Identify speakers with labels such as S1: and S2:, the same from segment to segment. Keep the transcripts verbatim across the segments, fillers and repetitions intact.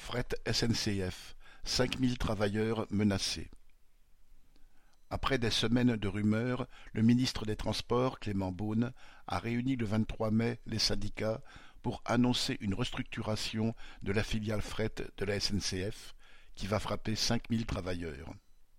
S1: Fret S N C F, cinq mille travailleurs menacés. Après des semaines de rumeurs, le ministre des Transports, Clément Beaune, a réuni le vingt-trois mai les syndicats pour annoncer une restructuration de la filiale fret de la S N C F qui va frapper cinq mille travailleurs.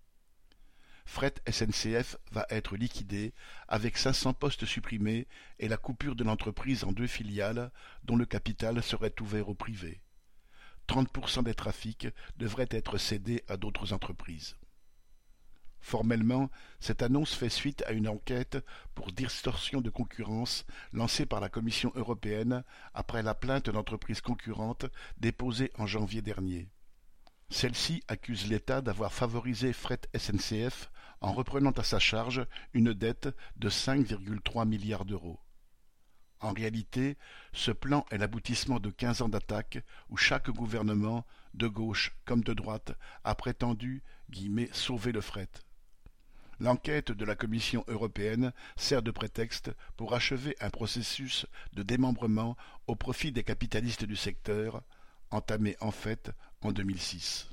S1: Fret S N C F va être liquidé avec cinq cents postes supprimés et la coupure de l'entreprise en deux filiales dont le capital serait ouvert au privé. trente pour cent des trafics devraient être cédés à d'autres entreprises. Formellement, cette annonce fait suite à une enquête pour distorsion de concurrence lancée par la Commission européenne après la plainte d'entreprises concurrentes déposée en janvier dernier. Celle-ci accuse l'État d'avoir favorisé Fret S N C F en reprenant à sa charge une dette de cinq virgule trois milliards d'euros. En réalité, ce plan est l'aboutissement de quinze ans d'attaques où chaque gouvernement, de gauche comme de droite, a prétendu guillemets, sauver le fret. L'enquête de la Commission européenne sert de prétexte pour achever un processus de démembrement au profit des capitalistes du secteur, entamé en fait en deux mille six.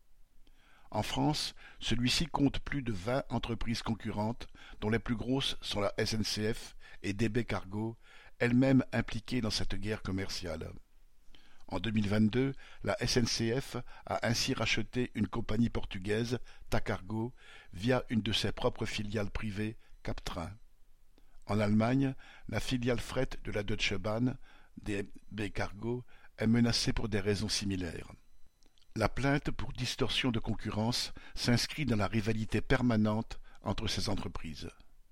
S1: En France, celui-ci compte plus de vingt entreprises concurrentes, dont les plus grosses sont la S N C F et D B Cargo, elles-mêmes impliquées dans cette guerre commerciale. En deux mille vingt-deux, la S N C F a ainsi racheté une compagnie portugaise, Tacargo, via une de ses propres filiales privées, Captrain. En Allemagne, la filiale fret de la Deutsche Bahn, D B Cargo, est menacée pour des raisons similaires. La plainte pour distorsion de concurrence s'inscrit dans la rivalité permanente entre ces entreprises.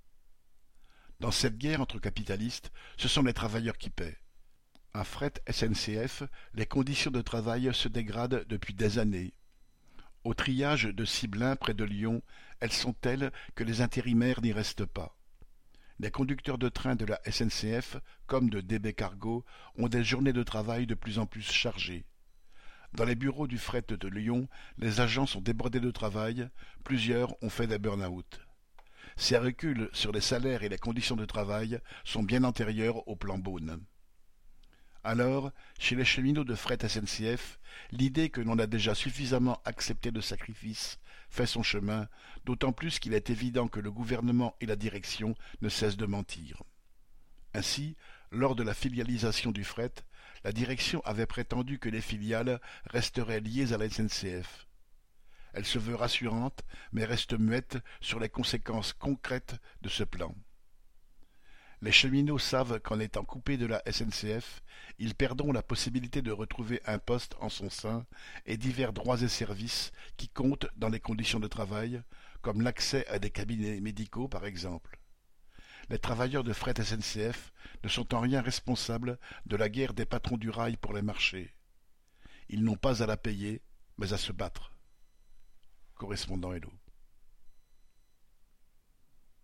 S1: Dans cette guerre entre capitalistes, ce sont les travailleurs qui paient. À Fret S N C F, les conditions de travail se dégradent depuis des années. Au triage de Ciblin près de Lyon, elles sont telles que les intérimaires n'y restent pas. Les conducteurs de train de la S N C F, comme de D B Cargo, ont des journées de travail de plus en plus chargées. Dans les bureaux du fret de Lyon, les agents sont débordés de travail, plusieurs ont fait des burn-out. Ces reculs sur les salaires et les conditions de travail sont bien antérieurs au plan Beaune. Alors, chez les cheminots de Fret S N C F, l'idée que l'on a déjà suffisamment accepté de sacrifices fait son chemin, d'autant plus qu'il est évident que le gouvernement et la direction ne cessent de mentir. Ainsi, lors de la filialisation du fret, la direction avait prétendu que les filiales resteraient liées à la S N C F. Elle se veut rassurante, mais reste muette sur les conséquences concrètes de ce plan. Les cheminots savent qu'en étant coupés de la S N C F, ils perdront la possibilité de retrouver un poste en son sein et divers droits et services qui comptent dans les conditions de travail, comme l'accès à des cabinets médicaux par exemple. Les travailleurs de Fret S N C F ne sont en rien responsables de la guerre des patrons du rail pour les marchés. Ils n'ont pas à la payer, mais à se battre. Correspondant Hello.